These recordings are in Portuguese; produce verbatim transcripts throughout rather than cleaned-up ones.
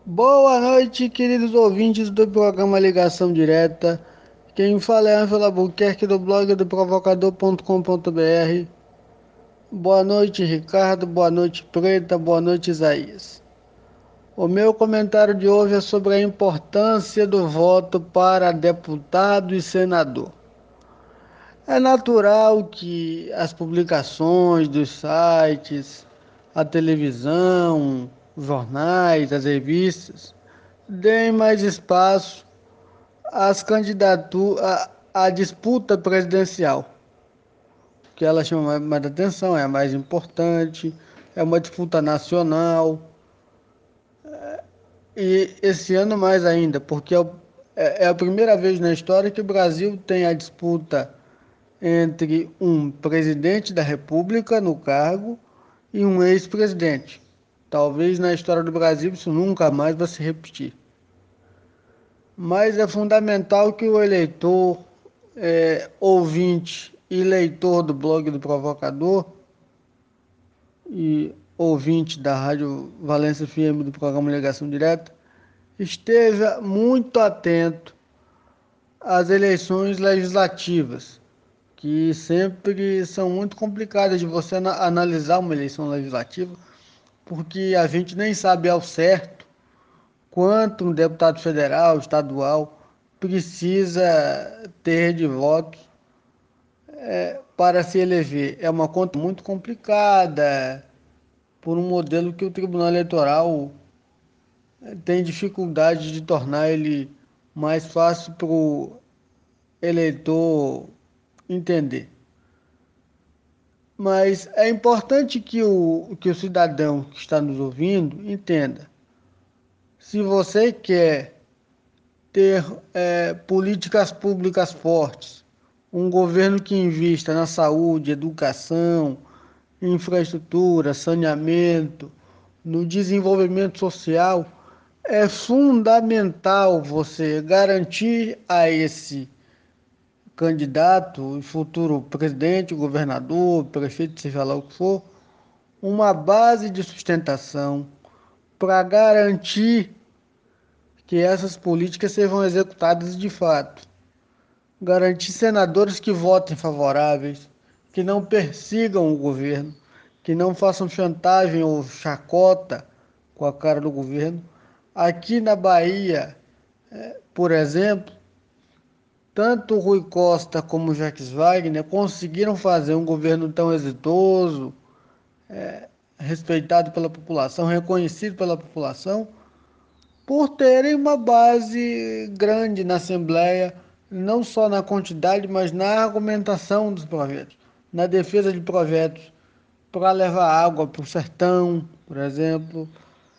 Boa noite, queridos ouvintes do programa Ligação Direta. Quem fala é Ângelo Albuquerque do blog do provocador ponto com ponto br. Boa noite, Ricardo. Boa noite, Preta. Boa noite, Isaías. O meu comentário de hoje é sobre a importância do voto para deputado e senador. É natural que as publicações dos sites, a televisão, os jornais, as revistas deem mais espaço às candidaturas, à disputa presidencial, que ela chama mais atenção, é a mais importante, é uma disputa nacional, e esse ano mais ainda, porque é, é é a primeira vez na história que o Brasil tem a disputa entre um presidente da República no cargo e um ex-presidente. Talvez na história do Brasil isso nunca mais vai se repetir. Mas é fundamental que o eleitor, é, ouvinte e leitor do blog do Provocador e ouvinte da Rádio Valência F M do programa Ligação Direta esteja muito atento às eleições legislativas, que sempre são muito complicadas de você analisar uma eleição legislativa, porque a gente nem sabe ao certo quanto um deputado federal, estadual, precisa ter de votos para se eleger. É uma conta muito complicada, por um modelo que o Tribunal Eleitoral tem dificuldade de tornar ele mais fácil para o eleitor entender. Mas é importante que o, que o cidadão que está nos ouvindo entenda. Se você quer ter é, políticas públicas fortes, um governo que invista na saúde, educação, infraestrutura, saneamento, no desenvolvimento social, é fundamental você garantir a esse candidato, futuro presidente, governador, prefeito, seja lá o que for, uma base de sustentação para garantir que essas políticas sejam executadas de fato. Garantir senadores que votem favoráveis, que não persigam o governo, que não façam chantagem ou chacota com a cara do governo. Aqui na Bahia, por exemplo, tanto Rui Costa como Jacques Wagner conseguiram fazer um governo tão exitoso, respeitado pela população, reconhecido pela população, por terem uma base grande na Assembleia, não só na quantidade, mas na argumentação dos projetos, na defesa de projetos para levar água para o sertão, por exemplo,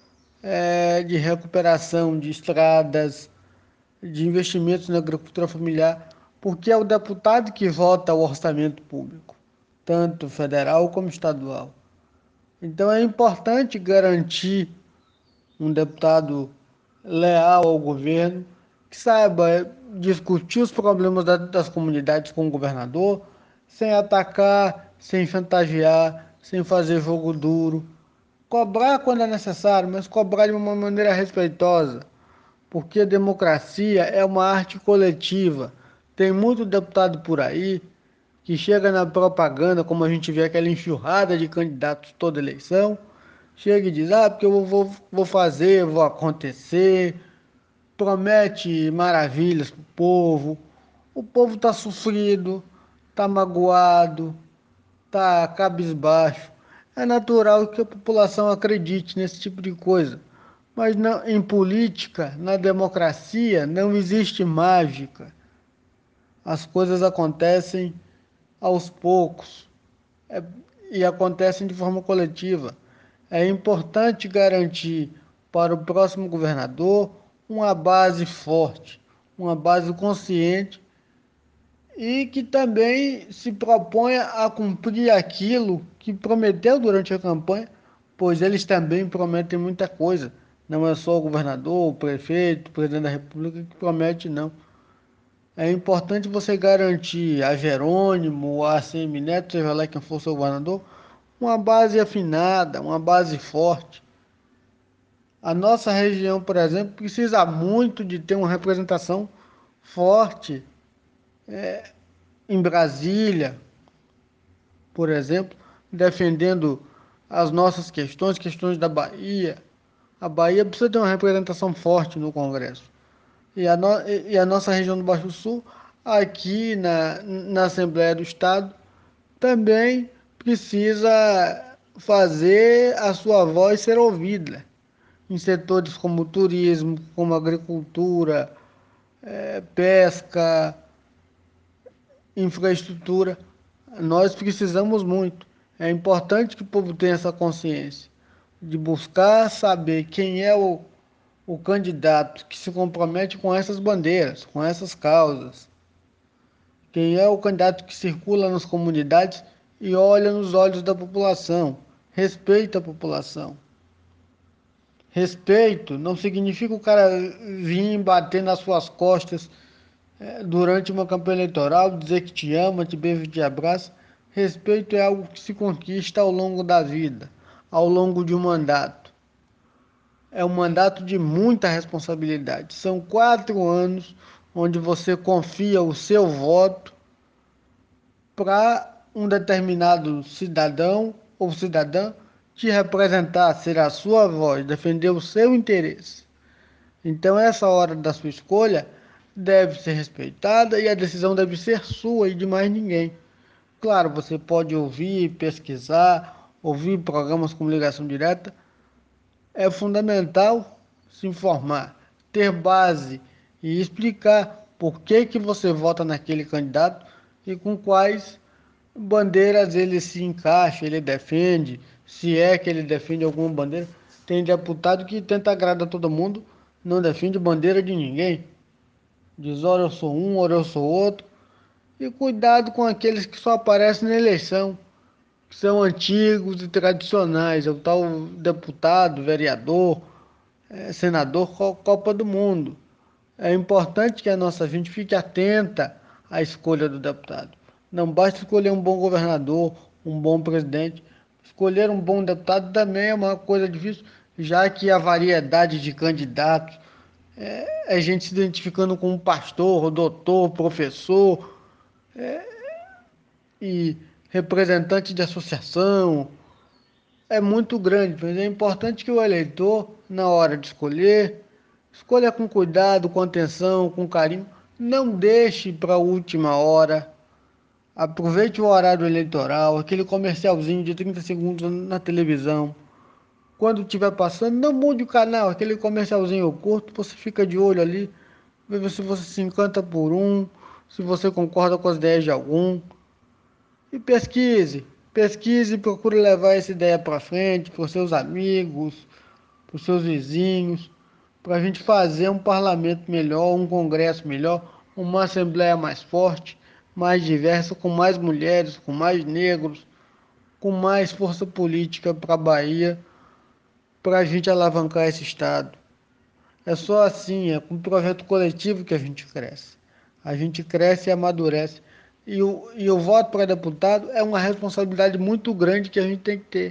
é, de recuperação de estradas, de investimentos na agricultura familiar, porque é o deputado que vota o orçamento público, tanto federal como estadual. Então é importante garantir um deputado leal ao governo, que saiba discutir os problemas das comunidades com o governador, sem atacar, sem chantagear, sem fazer jogo duro. Cobrar quando é necessário, mas cobrar de uma maneira respeitosa, porque a democracia é uma arte coletiva. Tem muito deputado por aí que chega na propaganda, como a gente vê aquela enxurrada de candidatos toda eleição, chega e diz, ah, porque eu vou, vou fazer, vou acontecer, promete maravilhas pro povo. O povo está sofrido, está magoado, está cabisbaixo. É natural que a população acredite nesse tipo de coisa. Mas não, em política, na democracia, não existe mágica. As coisas acontecem aos poucos, é, e acontecem de forma coletiva. É importante garantir para o próximo governador uma base forte, uma base consciente e que também se proponha a cumprir aquilo que prometeu durante a campanha, pois eles também prometem muita coisa. Não é só o governador, o prefeito, o presidente da República que promete, não. É importante você garantir a Jerônimo, a ACM Neto, seja lá quem for seu governador, uma base afinada, uma base forte, A nossa região, por exemplo, precisa muito de ter uma representação forte em Brasília, por exemplo, defendendo as nossas questões, questões da Bahia. A Bahia precisa ter uma representação forte no Congresso. E a, no, e a nossa região do Baixo Sul, aqui na, na Assembleia do Estado, também precisa fazer a sua voz ser ouvida em setores como turismo, como agricultura, eh, pesca, infraestrutura. Nós precisamos muito. É importante que o povo tenha essa consciência de buscar saber quem é o, o candidato que se compromete com essas bandeiras, com essas causas. Quem é o candidato que circula nas comunidades e olha nos olhos da população, respeita a população. Respeito não significa o cara vir bater nas suas costas eh, durante uma campanha eleitoral, dizer que te ama, te beija e te abraça. Respeito é algo que se conquista ao longo da vida, ao longo de um mandato. É um mandato de muita responsabilidade. São quatro anos onde você confia o seu voto para um determinado cidadão ou cidadã te representar, ser a sua voz, defender o seu interesse. Então, essa hora da sua escolha deve ser respeitada e a decisão deve ser sua e de mais ninguém. Claro, você pode ouvir, pesquisar, ouvir programas com ligação direta. É fundamental se informar, ter base e explicar por que que você vota naquele candidato e com quais bandeiras ele se encaixa, ele defende, se é que ele defende alguma bandeira. Tem deputado que tenta agradar todo mundo, não defende bandeira de ninguém. Diz, ora eu sou um, ora eu sou outro. E cuidado com aqueles que só aparecem na eleição, que são antigos e tradicionais. É o tal deputado, vereador, eh, senador, Copa do Mundo. É importante que a nossa gente fique atenta à escolha do deputado. Não basta escolher um bom governador, um bom presidente. Escolher um bom deputado também é uma coisa difícil, já que a variedade de candidatos é, é gente se identificando como pastor, doutor, professor e representante de associação. É muito grande, mas é importante que o eleitor, na hora de escolher, escolha com cuidado, com atenção, com carinho. Não deixe para a última hora. Aproveite o horário eleitoral, aquele comercialzinho de trinta segundos na televisão. Quando estiver passando, não mude o canal, aquele comercialzinho curto, você fica de olho ali, vê se você se encanta por um, se você concorda com as ideias de algum. E pesquise, pesquise e procure levar essa ideia para frente, para os seus amigos, para os seus vizinhos, para a gente fazer um parlamento melhor, um congresso melhor, uma assembleia mais forte, mais diversa, com mais mulheres, com mais negros, com mais força política para a Bahia, para a gente alavancar esse estado. É só assim, é com um projeto coletivo que a gente cresce. A gente cresce e amadurece. E o, e o voto para deputado é uma responsabilidade muito grande que a gente tem que ter.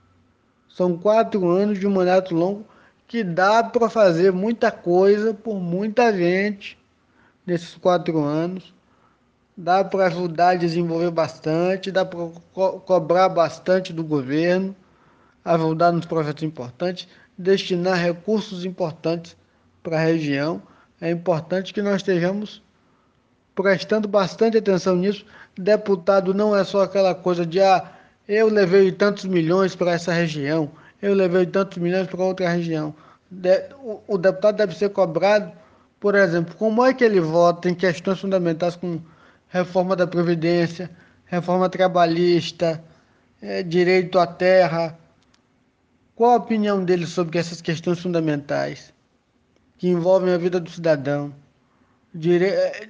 São quatro anos de um mandato longo que dá para fazer muita coisa por muita gente nesses quatro anos. Dá para ajudar a desenvolver bastante, dá para co cobrar bastante do governo, ajudar nos projetos importantes, destinar recursos importantes para a região. É importante que nós estejamos prestando bastante atenção nisso. Deputado não é só aquela coisa de, ah, eu levei tantos milhões para essa região, eu levei tantos milhões para outra região. De, o, o deputado deve ser cobrado, por exemplo, como é que ele vota em questões fundamentais como reforma da Previdência, reforma trabalhista, é, direito à terra. Qual a opinião dele sobre essas questões fundamentais que envolvem a vida do cidadão? Dire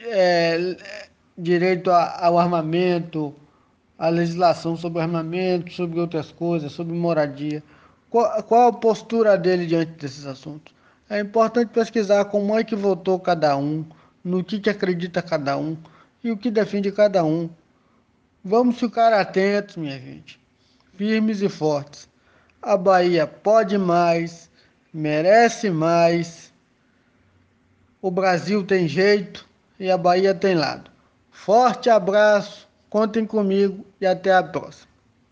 é, direito a, ao armamento, a legislação sobre armamento, sobre outras coisas, sobre moradia. Qual, qual a postura dele diante desses assuntos? É importante pesquisar como é que votou cada um, no que, que acredita cada um e o que defende cada um. Vamos ficar atentos, minha gente, firmes e fortes. A Bahia pode mais, merece mais. O Brasil tem jeito e a Bahia tem lado. Forte abraço, contem comigo e até a próxima.